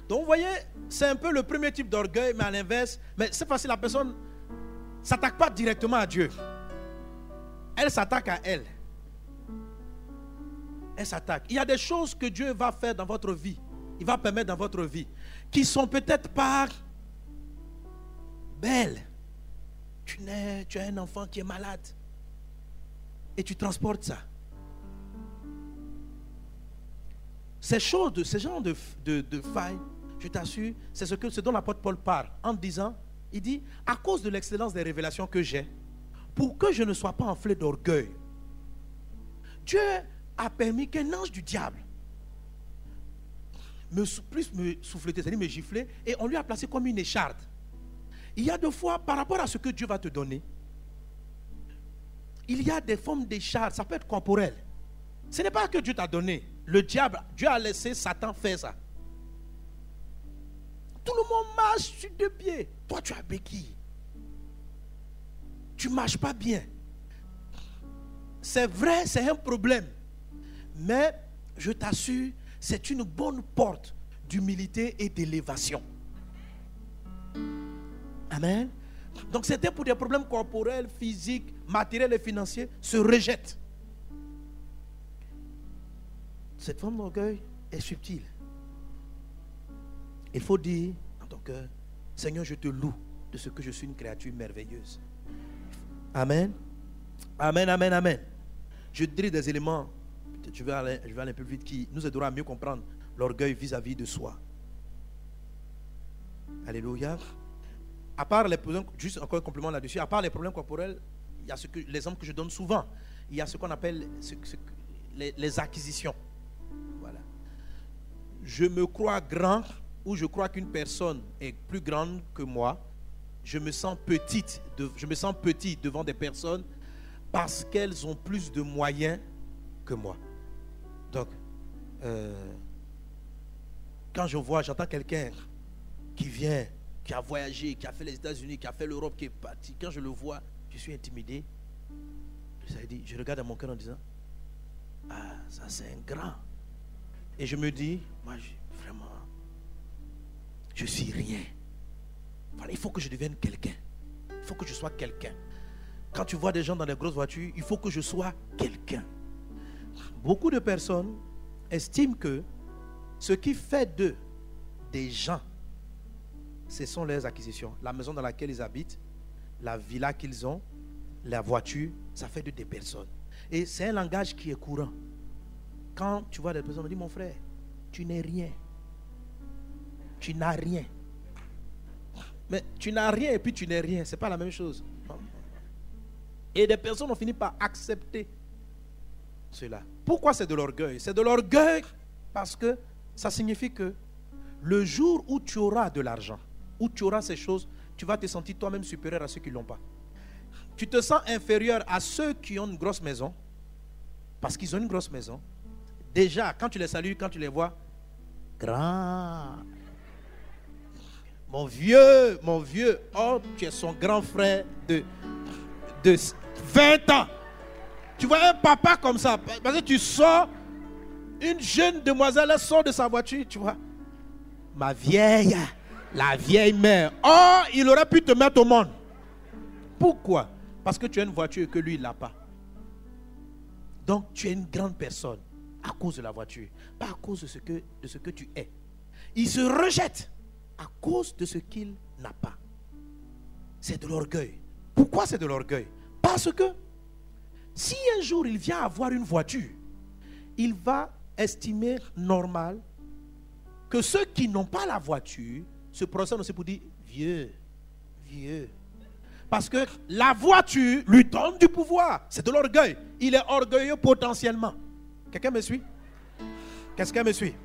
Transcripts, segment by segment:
Donc vous voyez, c'est un peu le premier type d'orgueil, mais à l'inverse, mais cette fois-ci la personne ne s'attaque pas directement à Dieu. Elle s'attaque à elle. Elle s'attaque. Il y a des choses que Dieu va faire dans votre vie, il va permettre dans votre vie, qui sont peut-être pas belles. Tu nais, tu as un enfant qui est malade et tu transportes ça. Ces choses, ce genre de failles, je t'assure, c'est ce dont l'apôtre Paul parle en disant, il dit, à cause de l'excellence des révélations que j'ai, pour que je ne sois pas enflé d'orgueil, Dieu a permis qu'un ange du diable me souffletait, c'est-à-dire me gifler, et on lui a placé comme une écharde. Il y a deux fois, par rapport à ce que Dieu va te donner, il y a des formes d'écharde, ça peut être corporel. Ce n'est pas que Dieu t'a donné. Le diable, Dieu a laissé Satan faire ça. Tout le monde marche sur deux pieds. Toi, tu as béquille. Tu ne marches pas bien. C'est vrai, c'est un problème. Mais, je t'assure, c'est une bonne porte d'humilité et d'élévation. Amen. Donc, c'était pour des problèmes corporels, physiques, matériels et financiers, se rejettent. Cette forme d'orgueil est subtile. Il faut dire dans ton cœur, Seigneur, je te loue de ce que je suis une créature merveilleuse. Amen. Amen, amen, amen. Je dirai des éléments, je vais aller un peu plus vite, qui nous aideront à mieux comprendre l'orgueil vis-à-vis de soi. Alléluia. À part les problèmes, juste encore un complément là-dessus, à part les problèmes corporels, il y a l'exemple que je donne souvent. Il y a ce qu'on appelle les acquisitions. Voilà. Je me crois grand, ou je crois qu'une personne est plus grande que moi. Je me sens petit devant des personnes parce qu'elles ont plus de moyens que moi. Donc, quand j'entends quelqu'un qui vient, qui a voyagé, qui a fait les États-Unis, qui a fait l'Europe, qui est parti, quand je le vois, je suis intimidé. Je regarde à mon cœur en disant, ah, ça c'est un grand. Et je me dis, moi, vraiment, je suis rien. Voilà, il faut que je devienne quelqu'un. Il faut que je sois quelqu'un. Quand tu vois des gens dans des grosses voitures, il faut que je sois quelqu'un. Beaucoup de personnes estiment que ce qui fait d'eux des gens, ce sont leurs acquisitions. La maison dans laquelle ils habitent, la villa qu'ils ont, la voiture, ça fait d'eux des personnes. Et c'est un langage qui est courant. Quand tu vois des personnes, on dit, mon frère, tu n'es rien. Tu n'as rien. Mais tu n'as rien et puis tu n'es rien. Ce n'est pas la même chose. Et des personnes ont fini par accepter cela. Pourquoi c'est de l'orgueil? C'est de l'orgueil parce que ça signifie que le jour où tu auras de l'argent, où tu auras ces choses, tu vas te sentir toi-même supérieur à ceux qui ne l'ont pas. Tu te sens inférieur à ceux qui ont une grosse maison parce qu'ils ont une grosse maison. Déjà, quand tu les salues, quand tu les vois, grand. Mon vieux, oh, tu es son grand frère de 20 ans. Tu vois un papa comme ça, parce que tu sors, une jeune demoiselle, elle sort de sa voiture, tu vois. Ma vieille, la vieille mère. Oh, il aurait pu te mettre au monde. Pourquoi? Parce que tu as une voiture et que lui, il ne l'a pas. Donc, tu es une grande personne à cause de la voiture, pas à cause de ce que tu es. Il se rejette à cause de ce qu'il n'a pas. C'est de l'orgueil. Pourquoi c'est de l'orgueil? Parce que si un jour il vient avoir une voiture, il va estimer normal que ceux qui n'ont pas la voiture se procèdent aussi pour dire vieux. Parce que la voiture lui donne du pouvoir. C'est de l'orgueil. Il est orgueilleux potentiellement. Quelqu'un me suit? Quelqu'un me suit?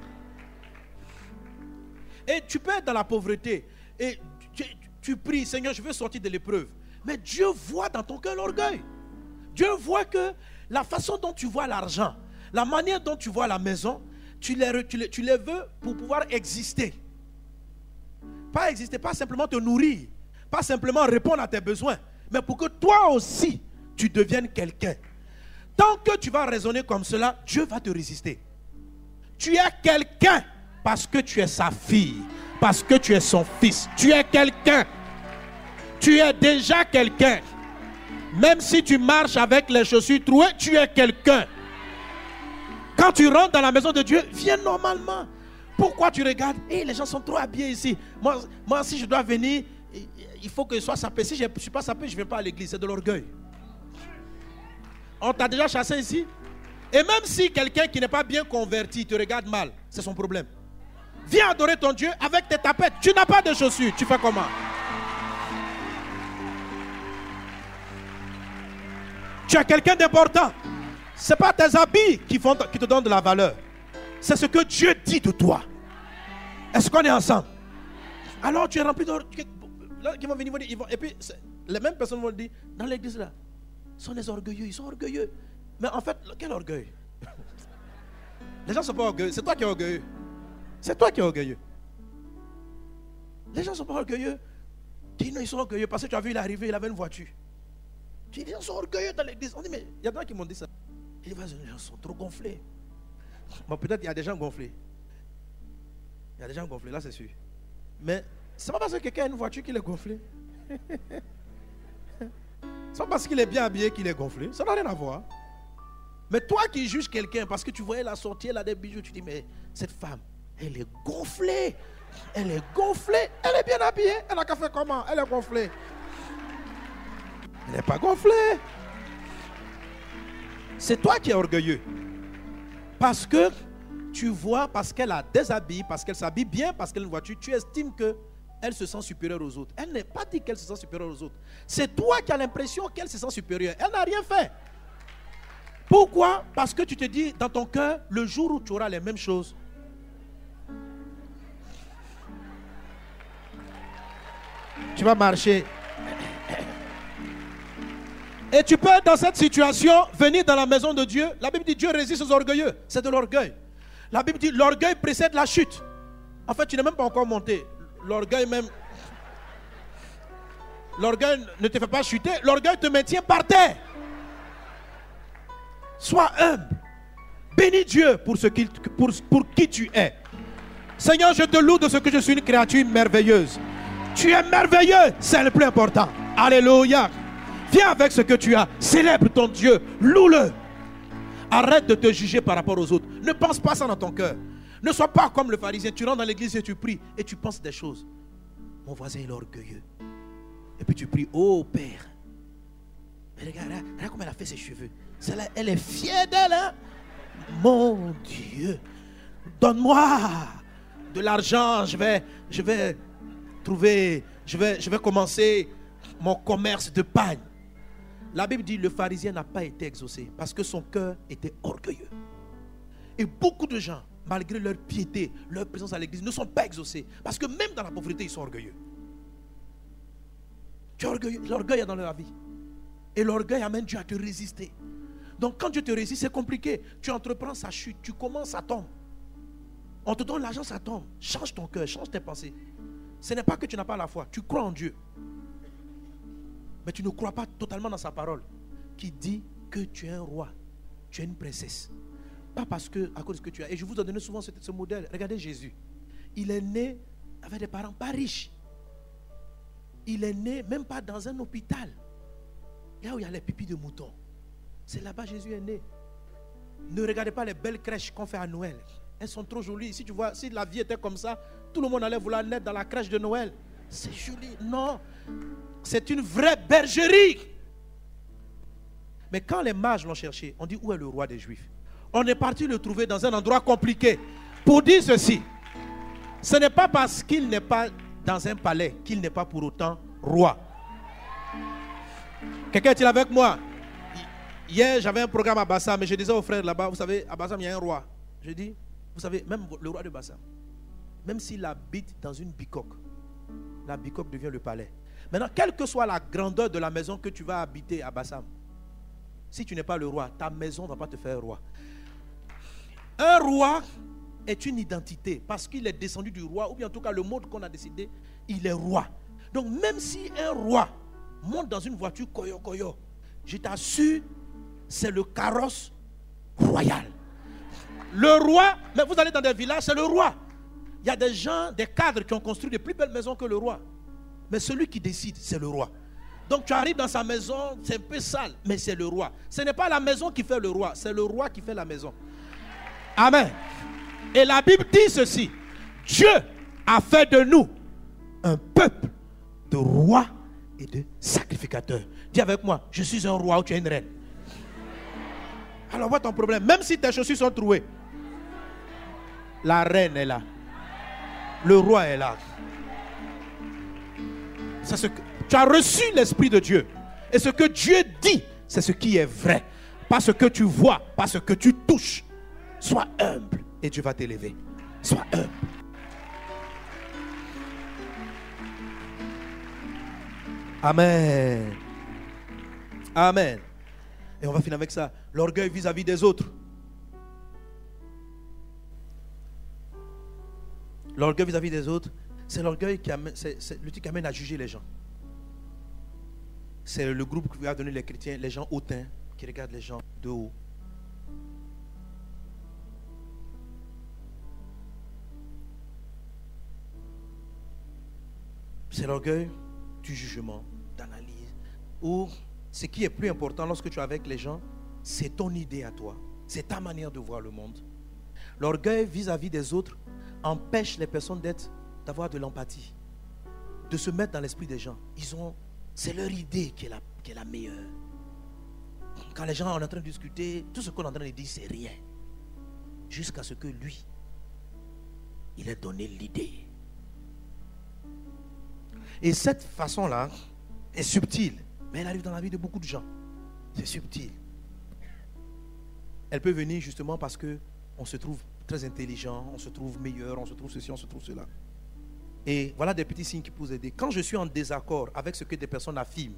Et tu peux être dans la pauvreté et tu pries, Seigneur, je veux sortir de l'épreuve. Mais Dieu voit dans ton cœur l'orgueil. Dieu voit que la façon dont tu vois l'argent, la manière dont tu vois la maison, tu les veux pour pouvoir exister. Pas exister, pas simplement te nourrir, pas simplement répondre à tes besoins, mais pour que toi aussi, tu deviennes quelqu'un. Tant que tu vas raisonner comme cela, Dieu va te résister. Tu es quelqu'un parce que tu es sa fille, parce que tu es son fils. Tu es quelqu'un. Tu es déjà quelqu'un. Même si tu marches avec les chaussures trouées, tu es quelqu'un. Quand tu rentres dans la maison de Dieu, viens normalement. Pourquoi tu regardes? Les gens sont trop habillés ici. Moi, si je dois venir, il faut que je sois sapé. Si je ne suis pas sapé, je ne viens pas à l'église. C'est de l'orgueil. On t'a déjà chassé ici? Et même si quelqu'un qui n'est pas bien converti te regarde mal, c'est son problème. Viens adorer ton Dieu avec tes tapettes. Tu n'as pas de chaussures. Tu fais comment? Tu es quelqu'un d'important. Ce n'est pas tes habits qui te donnent de la valeur. C'est ce que Dieu dit de toi. Est-ce qu'on est ensemble? Alors tu es rempli d'orgueil. Là, qui vont venir, et puis les mêmes personnes vont dire, dans l'église là, ils sont des orgueilleux, ils sont orgueilleux. Mais en fait, quel orgueil? Les gens ne sont pas orgueilleux, c'est toi qui es orgueilleux. C'est toi qui es orgueilleux. Les gens ne sont pas orgueilleux. Tu dis non, ils sont orgueilleux parce que tu as vu, il est arrivé, il avait une voiture. Tu dis, les gens sont orgueilleux dans l'église. On dit, mais il y a des gens qui m'ont dit ça. Je dis, les gens sont trop gonflés. Bon, peut-être il y a des gens gonflés. Il y a des gens gonflés, là c'est sûr. Mais c'est pas parce que quelqu'un a une voiture qu'il est gonflé. C'est pas parce qu'il est bien habillé qu'il est gonflé. Ça n'a rien à voir. Mais toi qui juges quelqu'un parce que tu voyais la sortie, elle a des bijoux, tu dis, mais cette femme, elle est gonflée. Elle est gonflée. Elle est bien habillée. Elle a qu'à faire comment? Elle est gonflée. Elle n'est pas gonflée. C'est toi qui es orgueilleux. Parce que tu vois, parce qu'elle a déshabillé, parce qu'elle s'habille bien, parce qu'elle a une voiture, tu estimes qu'elle se sent supérieure aux autres. Elle n'est pas dit qu'elle se sent supérieure aux autres. C'est toi qui as l'impression qu'elle se sent supérieure. Elle n'a rien fait. Pourquoi? Parce que tu te dis dans ton cœur, le jour où tu auras les mêmes choses, tu vas marcher. Et tu peux, dans cette situation, venir dans la maison de Dieu. La Bible dit Dieu résiste aux orgueilleux. C'est de l'orgueil. La Bible dit l'orgueil précède la chute. En fait, tu n'es même pas encore monté. L'orgueil même. L'orgueil ne te fait pas chuter. L'orgueil te maintient par terre. Sois humble. Bénis Dieu pour qui tu es. Seigneur, je te loue de ce que je suis une créature merveilleuse. Tu es merveilleux. C'est le plus important. Alléluia. Viens avec ce que tu as. Célèbre ton Dieu. Loue-le. Arrête de te juger par rapport aux autres. Ne pense pas ça dans ton cœur. Ne sois pas comme le pharisien. Tu rentres dans l'église et tu pries. Et tu penses des choses. Mon voisin il est orgueilleux. Et puis tu pries. Oh Père. Mais regarde comment elle a fait ses cheveux. Celle-là, elle est fière d'elle. Hein? Mon Dieu. Donne-moi de l'argent. Je vais trouver. Je vais commencer mon commerce de pagne. La Bible dit le pharisien n'a pas été exaucé parce que son cœur était orgueilleux. Et beaucoup de gens, malgré leur piété, leur présence à l'église, ne sont pas exaucés parce que même dans la pauvreté, ils sont orgueilleux. Tu es orgueilleux, l'orgueil est dans leur vie. Et l'orgueil amène Dieu à te résister. Donc quand Dieu te résiste, c'est compliqué. Tu entreprends, ça chute, tu commences, ça tombe. On te donne l'argent, ça tombe. Change ton cœur, change tes pensées. Ce n'est pas que tu n'as pas la foi, tu crois en Dieu. Mais tu ne crois pas totalement dans sa parole qui dit que tu es un roi, tu es une princesse. Pas parce que, à cause de ce que tu as. Et je vous ai donné souvent ce modèle. Regardez Jésus. Il est né avec des parents pas riches. Il est né même pas dans un hôpital. Là où il y a les pipis de moutons. C'est là-bas Jésus est né. Ne regardez pas les belles crèches qu'on fait à Noël. Elles sont trop jolies. Si tu vois, si la vie était comme ça, tout le monde allait vouloir naître dans la crèche de Noël. C'est joli. Non. C'est une vraie bergerie. Mais quand les mages l'ont cherché, on dit où est le roi des Juifs? On est parti le trouver dans un endroit compliqué. Pour dire ceci, ce n'est pas parce qu'il n'est pas dans un palais qu'il n'est pas pour autant roi. Quelqu'un est-il avec moi? Hier, j'avais un programme à Bassam, mais je disais aux frères là-bas, vous savez, à Bassam, il y a un roi. Je dis, vous savez, même le roi de Bassam, même s'il habite dans une bicoque, la bicoque devient le palais. Maintenant, quelle que soit la grandeur de la maison que tu vas habiter à Bassam, si tu n'es pas le roi, ta maison ne va pas te faire roi. Un roi est une identité parce qu'il est descendu du roi, ou bien en tout cas le mode qu'on a décidé, il est roi. Donc même si un roi monte dans une voiture koyo, je t'assure, c'est le carrosse royal. Le roi, mais vous allez dans des villages, c'est le roi. Il y a des gens, des cadres qui ont construit de plus belles maisons que le roi. Mais celui qui décide, c'est le roi. Donc tu arrives dans sa maison, c'est un peu sale, mais c'est le roi. Ce n'est pas la maison qui fait le roi, c'est le roi qui fait la maison. Amen. Et la Bible dit ceci: Dieu a fait de nous un peuple de rois et de sacrificateurs. Dis avec moi, je suis un roi ou tu es une reine. Alors voilà ton problème. Même si tes chaussures sont trouées, la reine est là. Le roi est là. C'est ce que, tu as reçu l'Esprit de Dieu. Et ce que Dieu dit, c'est ce qui est vrai. Pas ce que tu vois, pas ce que tu touches. Sois humble et Dieu va t'élever. Sois humble. Amen. Amen. Et on va finir avec ça. L'orgueil vis-à-vis des autres. L'orgueil vis-à-vis des autres, c'est l'orgueil qui amène, c'est le truc qui amène à juger les gens. C'est le groupe qui va donner les chrétiens, les gens hautains, qui regardent les gens de haut. C'est l'orgueil du jugement, d'analyse. Ou ce qui est plus important lorsque tu es avec les gens, c'est ton idée à toi. C'est ta manière de voir le monde. L'orgueil vis-à-vis des autres empêche les personnes d'avoir de l'empathie, de se mettre dans l'esprit des gens. C'est leur idée qui est la meilleure. Quand les gens sont en train de discuter, tout ce qu'on est en train de dire, c'est rien. Jusqu'à ce que lui, il ait donné l'idée. Et cette façon-là est subtile, mais elle arrive dans la vie de beaucoup de gens. C'est subtil. Elle peut venir justement parce qu'on se trouve très intelligent, on se trouve meilleur, on se trouve ceci, on se trouve cela. Et voilà des petits signes qui peuvent aider. Quand je suis en désaccord avec ce que des personnes affirment,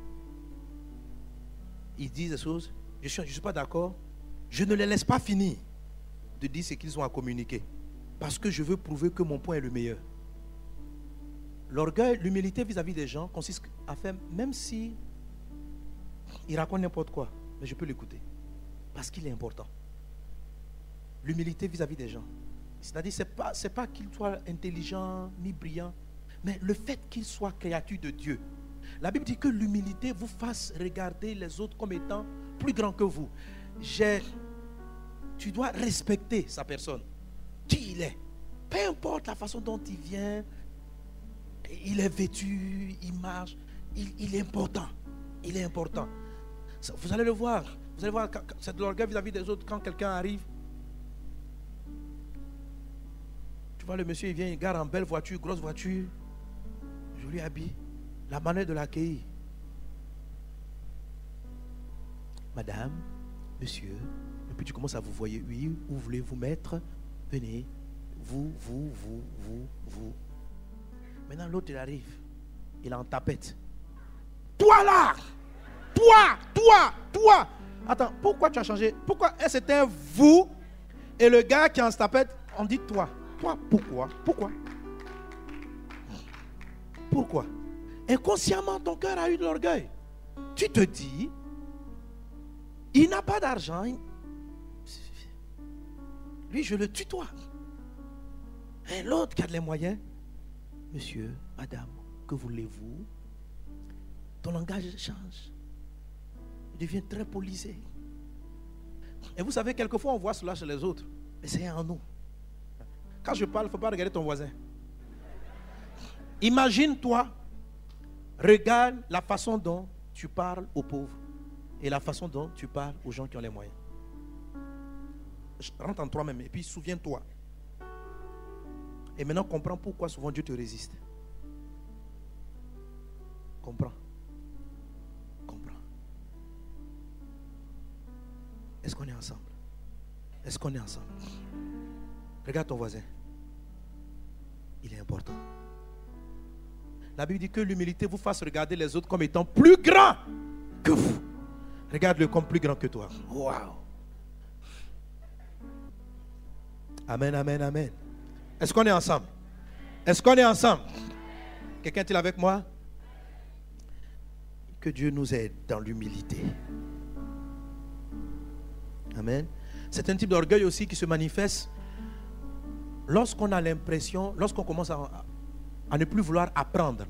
ils disent des choses, je ne suis pas d'accord, je ne les laisse pas finir de dire ce qu'ils ont à communiquer. Parce que je veux prouver que mon point est le meilleur. L'orgueil, l'humilité vis-à-vis des gens consiste à faire, même si il raconte n'importe quoi, mais je peux l'écouter. Parce qu'il est important. L'humilité vis-à-vis des gens. C'est-à-dire, ce n'est pas qu'il soit intelligent ni brillant, mais le fait qu'il soit créature de Dieu. La Bible dit que l'humilité vous fasse regarder les autres comme étant plus grands que vous. Tu dois respecter sa personne, qui il est. Peu importe la façon dont il vient, il est vêtu, il marche, il est important. Il est important. Vous allez le voir. Vous allez voir, c'est de l'orgueil vis-à-vis des autres. Quand quelqu'un arrive, tu vois le monsieur, il vient, il gare en belle voiture, grosse voiture, joli habit. La manière de l'accueillir. Madame, monsieur, et puis tu commences à vous voir, oui, où voulez-vous mettre? Venez, vous. Maintenant l'autre il arrive, il est en tapette. Toi là! Toi! Attends, pourquoi tu as changé? Pourquoi c'était vous et le gars qui est en tapette, on dit toi? Toi, pourquoi? Inconsciemment, ton cœur a eu de l'orgueil. Tu te dis, il n'a pas d'argent. Lui, je le tutoie. Et l'autre qui a les moyens, monsieur, madame, que voulez-vous? Ton langage change. Il devient très policé. Et vous savez, quelquefois, on voit cela chez les autres. Mais c'est en nous. Quand je parle, il ne faut pas regarder ton voisin. Imagine-toi, regarde la façon dont tu parles aux pauvres et la façon dont tu parles aux gens qui ont les moyens. Rentre en toi-même et puis souviens-toi. Et maintenant, comprends pourquoi souvent Dieu te résiste. Comprends. Est-ce qu'on est ensemble? Regarde ton voisin. Il est important. La Bible dit que l'humilité vous fasse regarder les autres comme étant plus grands que vous. Regarde-le comme plus grand que toi. Waouh. Amen. Est-ce qu'on est ensemble? Quelqu'un est-il avec moi? Que Dieu nous aide dans l'humilité. Amen. C'est un type d'orgueil aussi qui se manifeste Lorsqu'on a l'impression, lorsqu'on commence à ne plus vouloir apprendre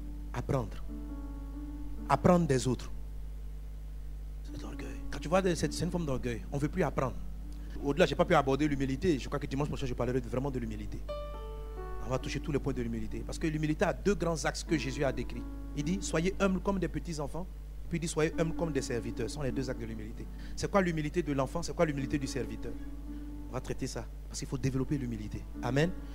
des autres, c'est l'orgueil. Quand tu vois, c'est une forme d'orgueil. On ne veut plus apprendre. Au-delà, je n'ai pas pu aborder l'humilité. Je crois que dimanche prochain, je parlerai vraiment de l'humilité. On va toucher tous les points de l'humilité. Parce que l'humilité a deux grands axes que Jésus a décrits. Il dit, soyez humbles comme des petits enfants. Puis il dit, soyez humbles comme des serviteurs. Ce sont les deux axes de l'humilité. C'est quoi l'humilité de l'enfant? C'est quoi l'humilité du serviteur? On va traiter ça. Parce qu'il faut développer l'humilité. Amen.